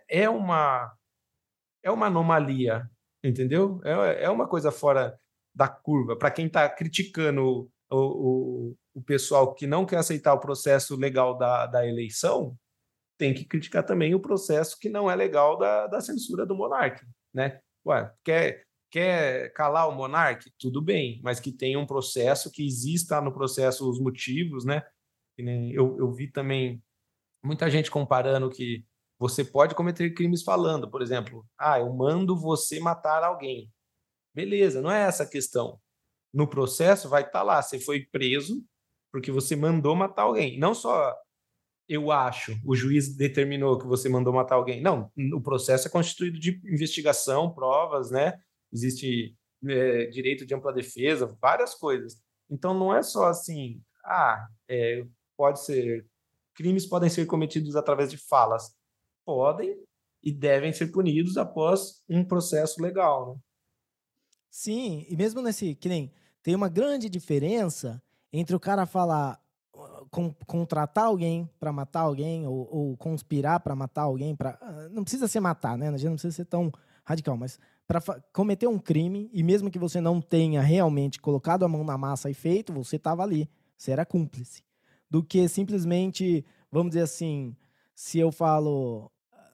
é uma anomalia, entendeu? É uma coisa fora da curva. Para quem está criticando o pessoal que não quer aceitar o processo legal da eleição, tem que criticar também o processo que não é legal da censura do monarca, né? Ué, quer calar o monarca? Tudo bem, mas que tenha um processo, que exista no processo os motivos, né? Eu vi também muita gente comparando que você pode cometer crimes falando, por exemplo, eu mando você matar alguém. Beleza, não é essa a questão. no processo vai estar lá, você foi preso porque você mandou matar alguém. Não só eu acho, o juiz determinou que você mandou matar alguém. Não, o processo é constituído de investigação, provas, né? Existe direito de ampla defesa, várias coisas. Então não é só assim, pode ser, crimes podem ser cometidos através de falas. Podem e devem ser punidos após um processo legal, né? Sim, e mesmo nesse, que nem, tem uma grande diferença entre o cara falar, contratar alguém para matar alguém ou conspirar para matar alguém, não precisa ser matar, né? A gente não precisa ser tão radical, mas para cometer um crime e mesmo que você não tenha realmente colocado a mão na massa e feito, você estava ali, você era cúmplice. Do que simplesmente, vamos dizer assim, se eu falo,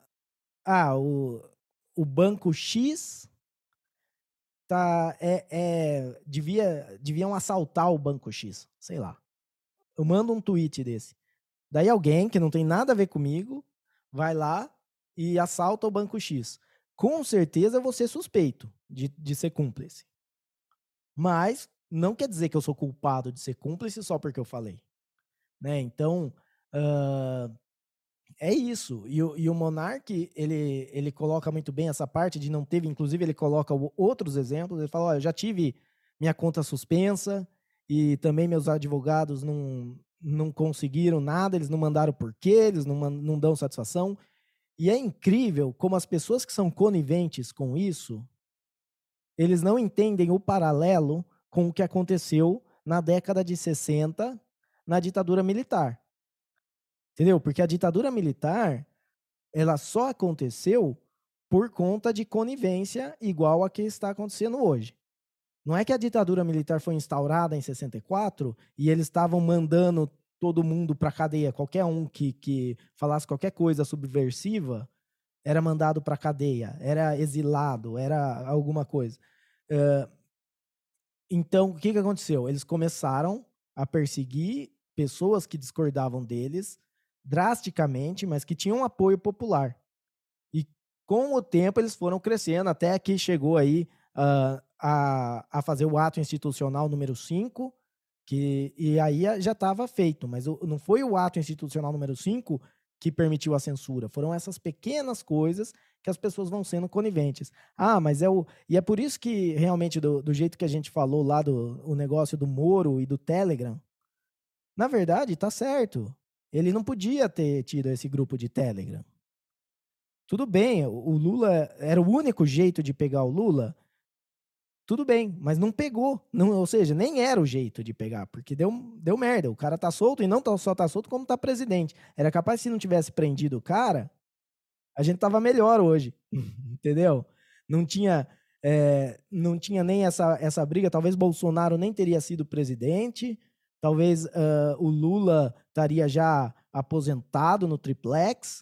o banco X deviam assaltar o banco X, sei lá. Eu mando um tweet desse. Daí alguém que não tem nada a ver comigo vai lá e assalta o banco X. Com certeza eu vou ser suspeito de ser cúmplice. Mas não quer dizer que eu sou culpado de ser cúmplice só porque eu falei. Né? Então, é isso. E o Monark, ele coloca muito bem essa parte de não teve, inclusive ele coloca outros exemplos. Ele fala: eu já tive minha conta suspensa e também meus advogados não conseguiram nada, eles não mandaram porquê, eles não dão satisfação. E é incrível como as pessoas que são coniventes com isso, eles não entendem o paralelo com o que aconteceu na década de 60, na ditadura militar. Entendeu? Porque a ditadura militar, ela só aconteceu por conta de conivência igual a que está acontecendo hoje. Não é que a ditadura militar foi instaurada em 64 e eles estavam mandando todo mundo para a cadeia. Qualquer um que falasse qualquer coisa subversiva era mandado para a cadeia, era exilado, era alguma coisa. Então, o que aconteceu? Eles começaram a perseguir pessoas que discordavam deles drasticamente, mas que tinham apoio popular. E com o tempo eles foram crescendo até que chegou aí a fazer o ato institucional número 5, e aí já estava feito, mas não foi o ato institucional número 5 que permitiu a censura, foram essas pequenas coisas que as pessoas vão sendo coniventes. Mas e é por isso que realmente do jeito que a gente falou lá o negócio do Moro e do Telegram, na verdade tá certo, ele não podia ter tido esse grupo de Telegram. Tudo bem, o Lula era o único jeito de pegar o Lula, tudo bem, mas não pegou. Não, ou seja, nem era o jeito de pegar, porque deu merda. O cara tá solto e não só tá solto, como tá presidente. Era capaz, se não tivesse prendido o cara, a gente tava melhor hoje. Entendeu? Não tinha, não tinha nem essa briga. Talvez Bolsonaro nem teria sido presidente. Talvez o Lula estaria já aposentado no triplex.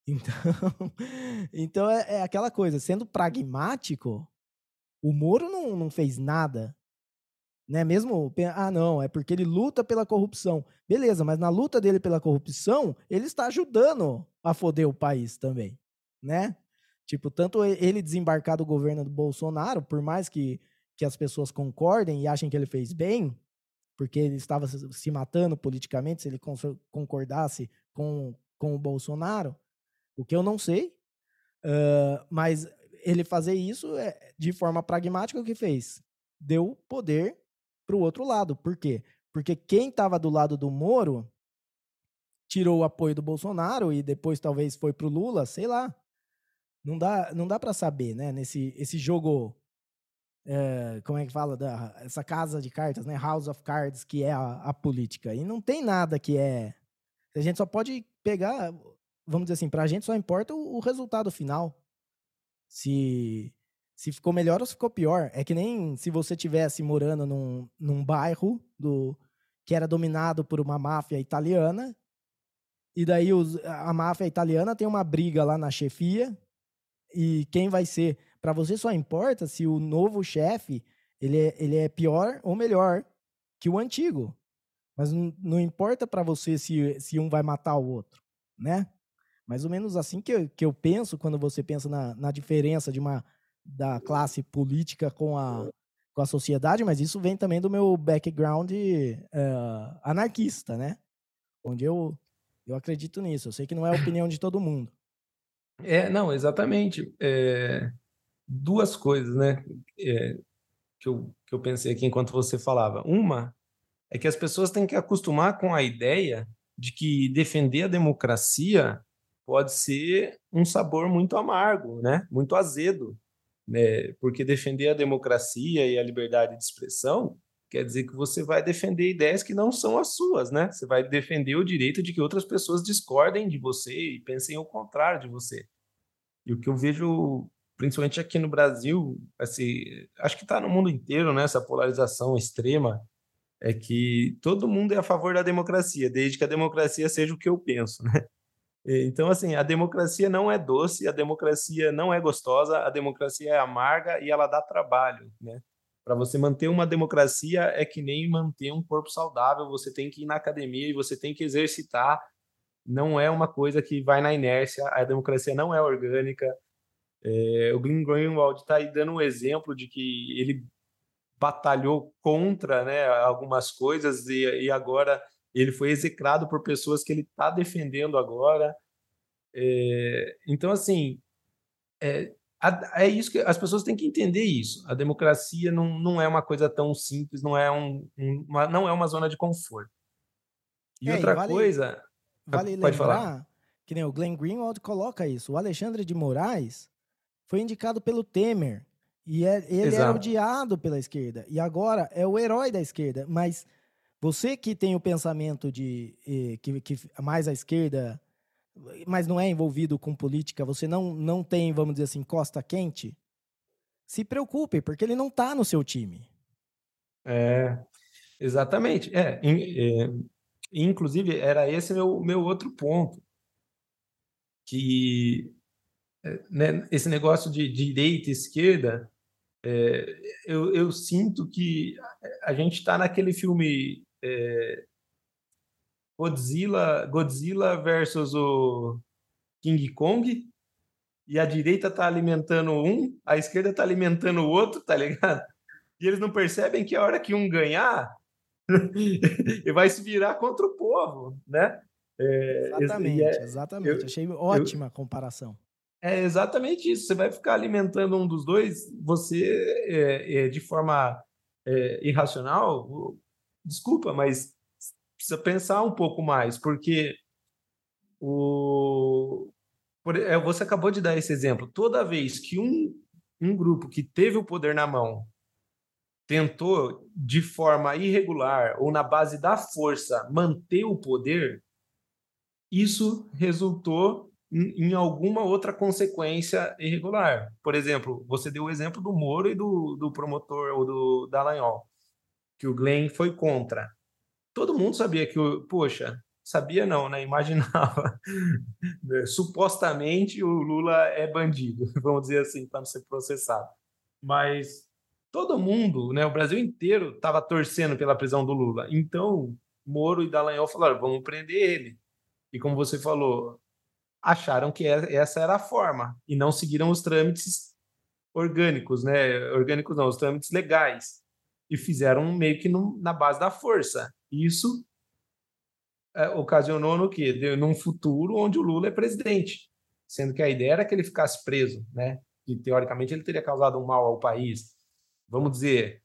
Então é aquela coisa, sendo pragmático, o Moro não fez nada, né? Mesmo, não, é porque ele luta pela corrupção. Beleza, mas na luta dele pela corrupção, ele está ajudando a foder o país também, né? Tipo, tanto ele desembarcar do governo do Bolsonaro, por mais que as pessoas concordem e achem que ele fez bem, porque ele estava se matando politicamente, se ele concordasse com o Bolsonaro, o que eu não sei, mas ele fazer isso de forma pragmática, o que fez? Deu poder para o outro lado. Por quê? Porque quem estava do lado do Moro tirou o apoio do Bolsonaro e depois talvez foi para o Lula, sei lá. Não dá para saber, né? Esse jogo, como é que fala? Essa casa de cartas, né? House of Cards, que é a política. E não tem nada que é... A gente só pode pegar... Vamos dizer assim, para a gente só importa o resultado final. Se ficou melhor ou se ficou pior. É que nem se você tivesse morando num bairro que era dominado por uma máfia italiana, e daí a máfia italiana tem uma briga lá na chefia, e quem vai ser? Para você só importa se o novo chefe ele é pior ou melhor que o antigo. Mas não importa para você se um vai matar o outro, né? Mais ou menos assim que eu penso quando você pensa na diferença da classe política com a sociedade, mas isso vem também do meu background anarquista, né? Onde eu acredito nisso. Eu sei que não é a opinião de todo mundo. Não, exatamente. Duas coisas, né, que eu pensei aqui enquanto você falava. Uma é que as pessoas têm que acostumar com a ideia de que defender a democracia pode ser um sabor muito amargo, né? Muito azedo, né? Porque defender a democracia e a liberdade de expressão quer dizer que você vai defender ideias que não são as suas, né? Você vai defender o direito de que outras pessoas discordem de você e pensem o contrário de você. E o que eu vejo, principalmente aqui no Brasil, assim, acho que está no mundo inteiro, né? Essa polarização extrema é que todo mundo é a favor da democracia, desde que a democracia seja o que eu penso, né? Então, assim, a democracia não é doce, a democracia não é gostosa, a democracia é amarga e ela dá trabalho, né? Para você manter uma democracia é que nem manter um corpo saudável, você tem que ir na academia e você tem que exercitar, não é uma coisa que vai na inércia, a democracia não é orgânica. O Glenn Greenwald está aí dando um exemplo de que ele batalhou contra, né, algumas coisas e agora ele foi execrado por pessoas que ele está defendendo agora. Então, assim, é isso que as pessoas têm que entender isso. A democracia não é uma coisa tão simples, não é uma zona de conforto. E E outra vale, coisa, vale pode falar. lembrar que nem o Glenn Greenwald coloca isso. O Alexandre de Moraes foi indicado pelo Temer. E ele era Exato. odiado pela esquerda. E agora é o herói da esquerda. Mas você que tem o pensamento que mais à esquerda, mas não é envolvido com política, você não tem, vamos dizer assim, costa quente, se preocupe, porque ele não está no seu time. É, exatamente. Inclusive, era esse meu outro ponto, que né, esse negócio de direita e esquerda, eu sinto que a gente está naquele filme Godzilla versus o King Kong, e a direita está alimentando um, a esquerda está alimentando o outro, tá ligado? E eles não percebem que a hora que um ganhar, ele vai se virar contra o povo, né? E Exatamente, exatamente. eu, Achei eu, ótima a comparação. É exatamente isso. Você vai ficar alimentando um dos dois, você, de forma irracional, desculpa, mas precisa pensar um pouco mais, porque você acabou de dar esse exemplo. Toda vez que um grupo que teve o poder na mão tentou, de forma irregular ou na base da força, manter o poder, isso resultou em alguma outra consequência irregular. Por exemplo, você deu o exemplo do Moro e do promotor, ou do Dallagnol, que o Glenn foi contra. Todo mundo sabia que, poxa, sabia não, né? Imaginava. Supostamente o Lula é bandido, vamos dizer assim, para não ser processado. Mas todo mundo, né, o Brasil inteiro estava torcendo pela prisão do Lula. Então, Moro e Dallagnol falaram, vamos prender ele. E como você falou, acharam que essa era a forma e não seguiram os trâmites orgânicos, né? Orgânicos não, os trâmites legais. E fizeram meio que na base da força. Isso ocasionou no quê? Num futuro onde o Lula é presidente, sendo que a ideia era que ele ficasse preso, né? E teoricamente ele teria causado um mal ao país. Vamos dizer,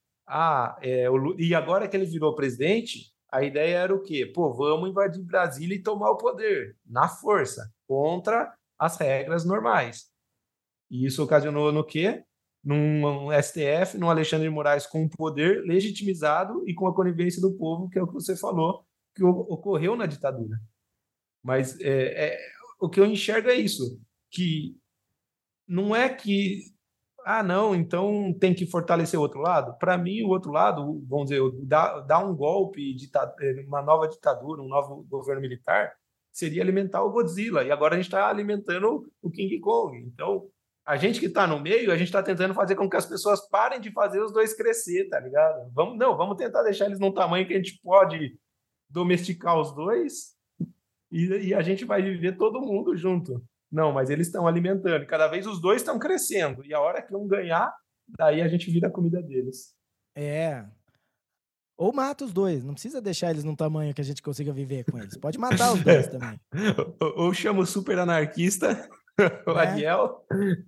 e agora que ele virou presidente, a ideia era o quê? Pô, vamos invadir Brasília e tomar o poder na força, contra as regras normais. E isso ocasionou no quê? Num STF, num Alexandre de Moraes com poder legitimizado e com a conivência do povo, que é o que você falou, que ocorreu na ditadura. Mas o que eu enxergo é isso, que não é que, não, então tem que fortalecer o outro lado. Para mim, o outro lado, vamos dizer, dar um golpe, uma nova ditadura, um novo governo militar, seria alimentar o Godzilla. E agora a gente está alimentando o King Kong. Então, a gente que está no meio, a gente está tentando fazer com que as pessoas parem de fazer os dois crescer, tá ligado? Vamos tentar deixar eles num tamanho que a gente pode domesticar os dois e a gente vai viver todo mundo junto. Não, mas eles estão alimentando. Cada vez os dois estão crescendo. E a hora que um ganhar, daí a gente vira a comida deles. É. Ou mata os dois, não precisa deixar eles num tamanho que a gente consiga viver com eles. Pode matar os dois também, Ou chama o super anarquista, o né? Ariel.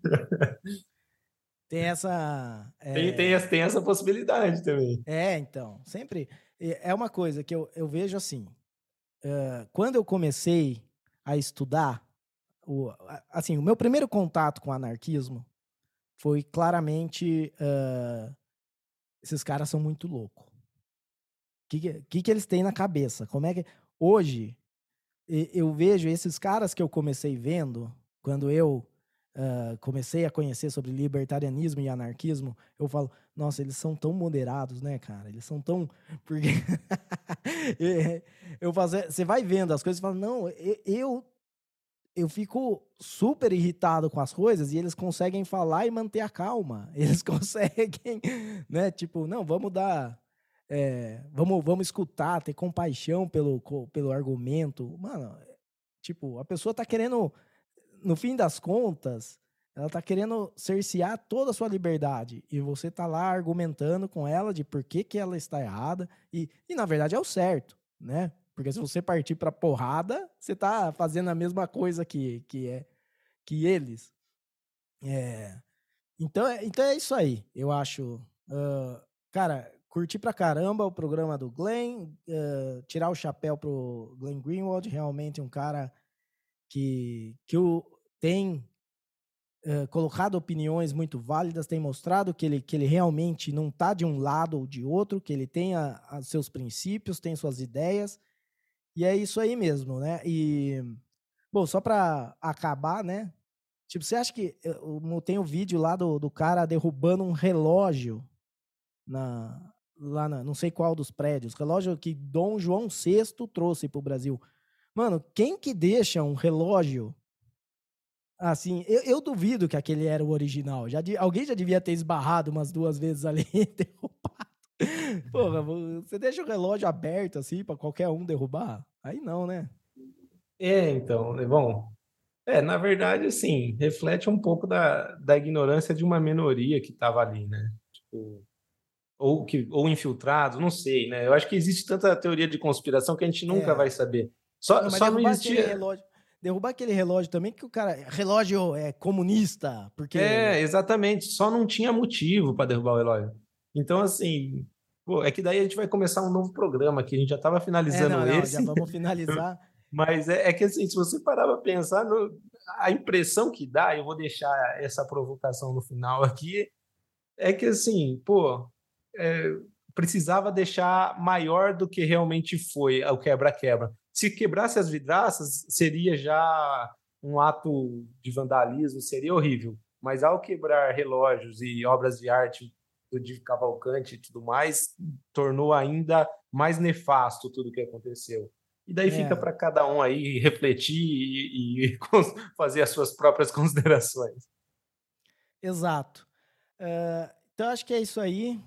Tem essa. Tem essa possibilidade também. Então, sempre. É uma coisa que eu vejo assim. Quando eu comecei a estudar, assim, o meu primeiro contato com o anarquismo foi claramente. Esses caras são muito loucos. O que eles têm na cabeça? Como é que. Hoje, eu vejo esses caras que eu comecei vendo, quando eu comecei a conhecer sobre libertarianismo e anarquismo, eu falo, nossa, eles são tão moderados, né, cara? Eles são tão. Porque. Você vai vendo as coisas e fala, não, eu fico super irritado com as coisas e eles conseguem falar e manter a calma. Eles conseguem, né? Tipo, não, vamos dar. Vamos escutar, ter compaixão pelo argumento. Mano, tipo, a pessoa tá querendo, no fim das contas, ela tá querendo cercear toda a sua liberdade. E você tá lá argumentando com ela de por que ela está errada. E na verdade é o certo, né? Porque se você partir pra porrada, você tá fazendo a mesma coisa que eles. Então é isso aí, eu acho. Cara, curti pra caramba o programa do Glenn, tirar o chapéu pro Glenn Greenwald, realmente um cara que tem colocado opiniões muito válidas, tem mostrado que ele realmente não tá de um lado ou de outro, que ele tem seus princípios, tem suas ideias, e é isso aí mesmo, né? E, bom, só pra acabar, né? Tipo, você acha que tem o vídeo lá do cara derrubando um relógio lá não sei qual dos prédios, relógio que Dom João VI trouxe pro Brasil. Mano, quem que deixa um relógio assim? Eu duvido que aquele era o original. Alguém já devia ter esbarrado umas 2 vezes ali e derrubado. Porra, você deixa o relógio aberto assim pra qualquer um derrubar? Aí não, né? Então, é bom. Na verdade, assim, reflete um pouco da ignorância de uma minoria que estava ali, né? Tipo, ou infiltrados, não sei, né? Eu acho que existe tanta teoria de conspiração que a gente nunca É. vai saber. Não, mas Só não existia. derrubar aquele relógio também, que o cara, relógio é comunista, porque... Exatamente, só não tinha motivo para derrubar o relógio. Então, assim, pô, é que daí a gente vai começar um novo programa aqui. A gente já estava finalizando Não, já esse, vamos finalizar. mas é que assim, se você parar para pensar, a impressão que dá, eu vou deixar essa provocação no final aqui, é que assim, pô, é, precisava deixar maior do que realmente foi o quebra-quebra. Se quebrasse as vidraças, seria já um ato de vandalismo, seria horrível. Mas ao quebrar relógios e obras de arte de Cavalcante e tudo mais, tornou ainda mais nefasto tudo o que aconteceu. E daí fica É, para cada um aí refletir e fazer as suas próprias considerações. exato. Então, acho que é isso aí.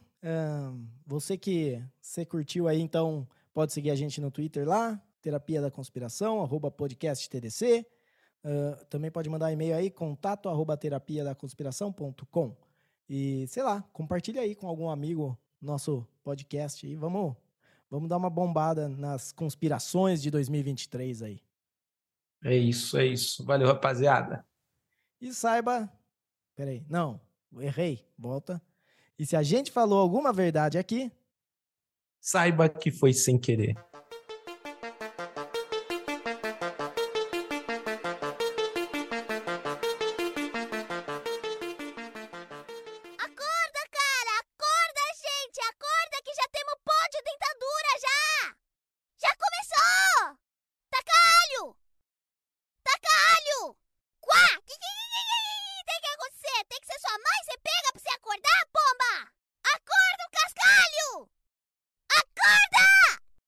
Você curtiu aí, então, pode seguir a gente no Twitter lá, Terapia da Conspiração, @podcasttdc. Também pode mandar e-mail aí, contato@terapiadaconspiração.com. E, sei lá, compartilha aí com algum amigo nosso podcast e vamos dar uma bombada nas conspirações de 2023 aí. É isso, é isso. Valeu, rapaziada. E saiba... Peraí, não, errei, volta. E se a gente falou alguma verdade aqui, Saiba que foi sem querer.